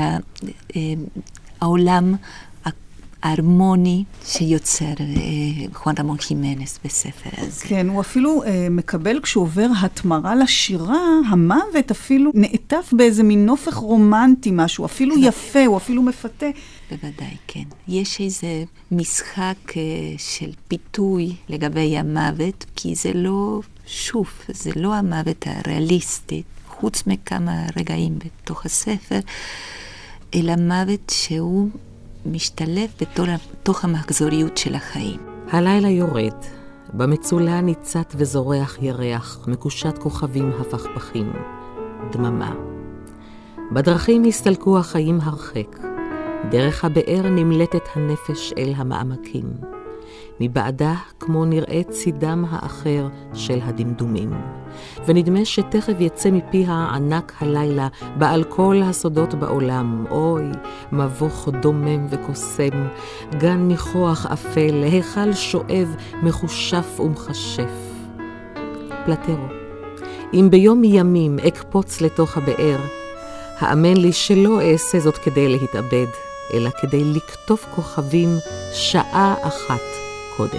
Speaker 5: העולם ההרמוני שיוצר חואן רמון חימנס בספר הזה.
Speaker 4: כן, הוא אפילו מקבל, כשהוא עובר התמרה לשירה, המוות אפילו נעטף באיזה מין נופך רומנטי משהו, אפילו יפה, הוא אפילו מפתה.
Speaker 5: בוודאי, כן. יש איזה משחק של פיתוי לגבי המוות, כי זה לא, שוב, זה לא המוות הריאליסטי, חוץ מכמה רגעים בתוך הספר, אלא מוות שהוא משתלב בתוך המחזוריות של החיים.
Speaker 3: הלילה יורד, במצולה ניצת וזורח ירח, מקושת כוכבים הפכפכים, דממה. בדרכים הסתלקו החיים הרחק, דרך הבאר נמלטת הנפש אל המעמקים. מבעדה כמו נראה צידם האחר של הדמדומים. ונדמה שתכף יצא מפיה ענק הלילה בעל כל הסודות בעולם. אוי, מבוך דומם וקוסם, גן ניחוח אפל, היכל שואב מחושף ומחשף. פלטרו, אם ביום מימים אקפוץ לתוך הבאר, האמן לי שלא אעשה זאת כדי להתאבד, אלא כדי לקטוף כוכבים שעה אחת קודם.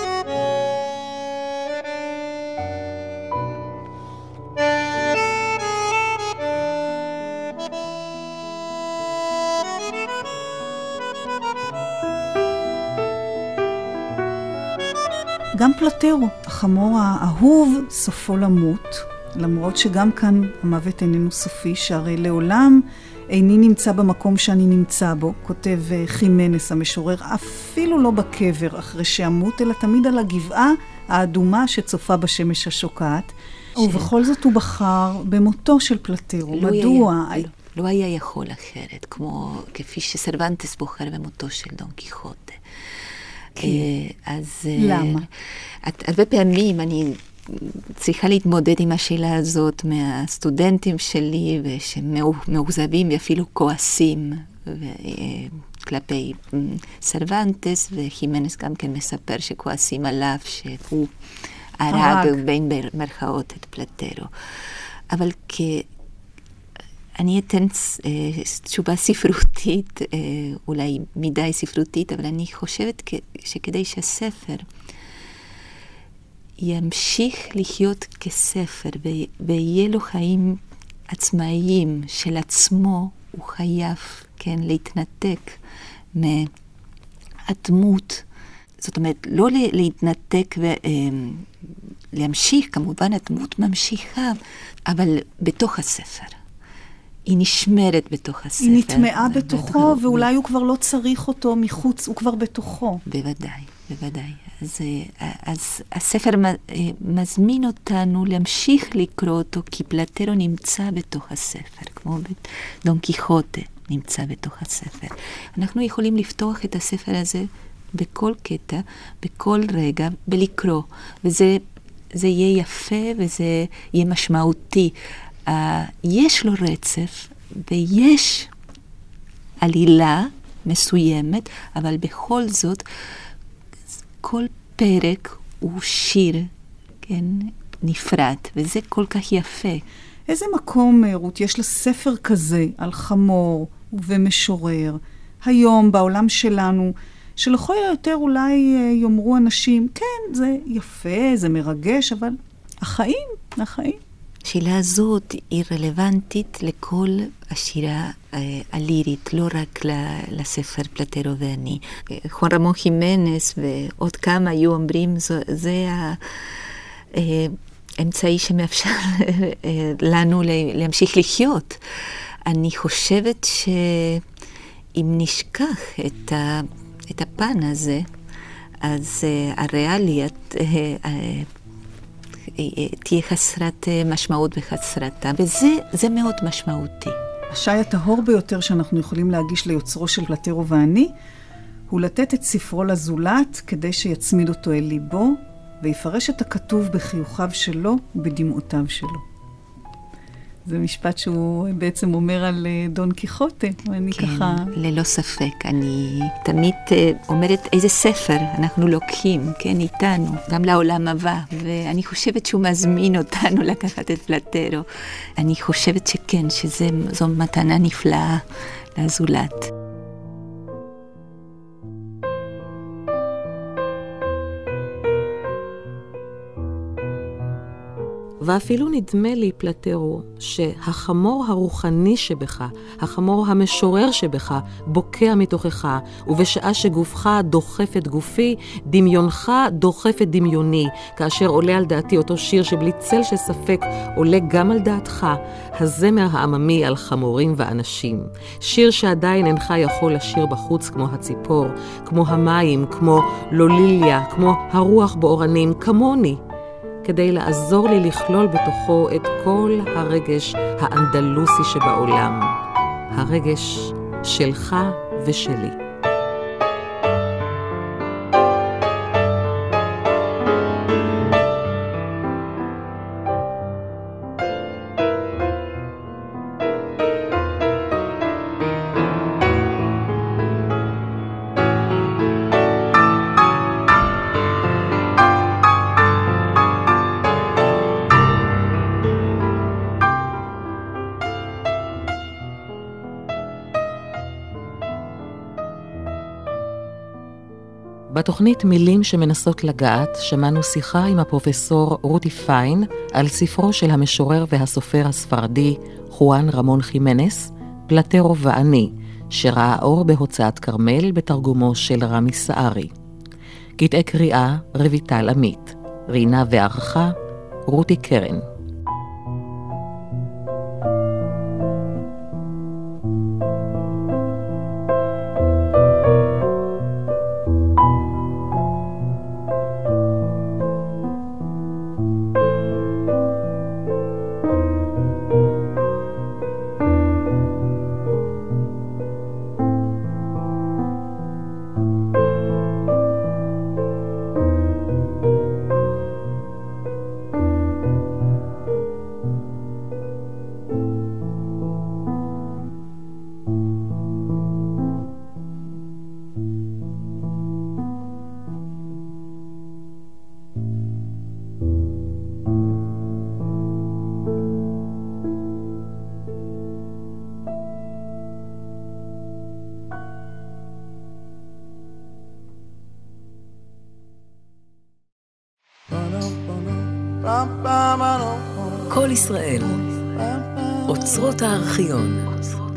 Speaker 4: גם פלטרו, החמור האהוב, סופו למות, למרות שגם כאן המוות איננו סופי, שהרי לעולם איני נמצא במקום שאני נמצא בו, כותב חימנס המשורר, אפילו לא בקבר אחרי שאמות, אלא תמיד על הגבעה האדומה שצופה בשמש השוקעת. ובכל זאת הוא בחר במותו של פלטרו. מדוע?
Speaker 5: לא היה יכול אחרת, כפי שסרוונטס בוחר במותו של דון קיחוטה. אז
Speaker 4: למה?
Speaker 5: הרבה פעמים אני צריכה להתמודד עם השאלה הזאת מהסטודנטים שלי, ושמאוכזבים ואפילו כועסים כלפי סרוונטס, וחימנס גם כן מספר שכועסים עליו שהוא הרג בין מרכאות את פלטרו. אבל אני אתן תשובה ספרותית, אולי מדי ספרותית, אבל אני חושבת שכדי שהספר ימשיך לחיות כספר ויהיה לו חיים עצמאיים של עצמו, הוא חייב, כן, להתנתק מהדמות. זאת אומרת, לא להתנתק ולהמשיך, כמובן הדמות ממשיכה, אבל בתוך הספר. היא נשמרת בתוך הספר.
Speaker 4: היא נטמעה בתוכו, ואולי הוא כבר לא צריך אותו מחוץ, הוא כבר בתוכו.
Speaker 5: בוודאי, בוודאי. אז הספר מזמין אותנו להמשיך לקרוא אותו, כי פלטרו נמצא בתוך הספר, כמו דון קיחוטה נמצא בתוך הספר. אנחנו יכולים לפתוח את הספר הזה בכל קטע, בכל רגע, ולקרוא. וזה יהיה יפה וזה יהיה משמעותי. יש לו רצף ויש עלילה מסוימת, אבל בכל זאת כל פרק הוא שיר, כן, נפרד, וזה כל כך יפה.
Speaker 4: איזה מקום, רות, יש לספר כזה על חמור ומשורר, היום בעולם שלנו, שלכל היותר אולי יאמרו אנשים, כן, זה יפה, זה מרגש, אבל החיים.
Speaker 5: השאלה הזאת היא רלוונטית לכל השירה הלירית, לא רק לספר פלטרו ואני. חואן רמון חימנס ועוד כמה היו אומרים, זה האמצעי שמאפשר לנו להמשיך לחיות. אני חושבת שאם נשכח את הפן הזה, אז הריאליות תהיה חסרת משמעות וחסרתה, וזה מאוד משמעותי.
Speaker 4: השי הטהור ביותר שאנחנו יכולים להגיש ליוצרו של פלטרו ואני, הוא לתת את ספרו לזולת כדי שיצמיד אותו אל ליבו, ויפרש את הכתוב בחיוכיו שלו ובדמעותיו שלו. זה משפט שהוא בעצם אומר על דון קיחוטה, ואני
Speaker 5: כן,
Speaker 4: ככה...
Speaker 5: ללא ספק. אני תמיד אומרת איזה ספר אנחנו לוקחים, כן, איתנו, גם לעולם הבא, ואני חושבת שהוא מזמין אותנו לקחת את פלטרו. אני חושבת שכן, שזו מתנה נפלאה לזולת.
Speaker 3: ואפילו נדמה לי, פלטרו, שהחמור הרוחני שבך, החמור המשורר שבך, בוקע מתוכך, ובשעה שגופך דוחף את גופי, דמיונך דוחף את דמיוני, כאשר עולה על דעתי אותו שיר שבלי צל של ספק עולה גם על דעתך, הזמר העממי על חמורים ואנשים. שיר שעדיין אינך יכול לשיר בחוץ כמו הציפור, כמו המים, כמו לוליליה, כמו הרוח באורנים, כמוני. כדי לעזור לי לכלול בתוכו את כל הרגש האנדלוסי שבעולם, הרגש שלך ושלי. בתוכנית מילים שמנסות לגעת, שמענו שיחה עם הפרופסור רותי פיין על ספרו של המשורר והסופר הספרדי חואן רמון חימנס, פלטרו ואני, שראה אור בהוצאת כרמל בתרגומו של רמי סערי. קטעי קריאה רויטל עמית, רינה וערכה רותי קרן.
Speaker 2: כל ישראל, אוצרות הארכיון.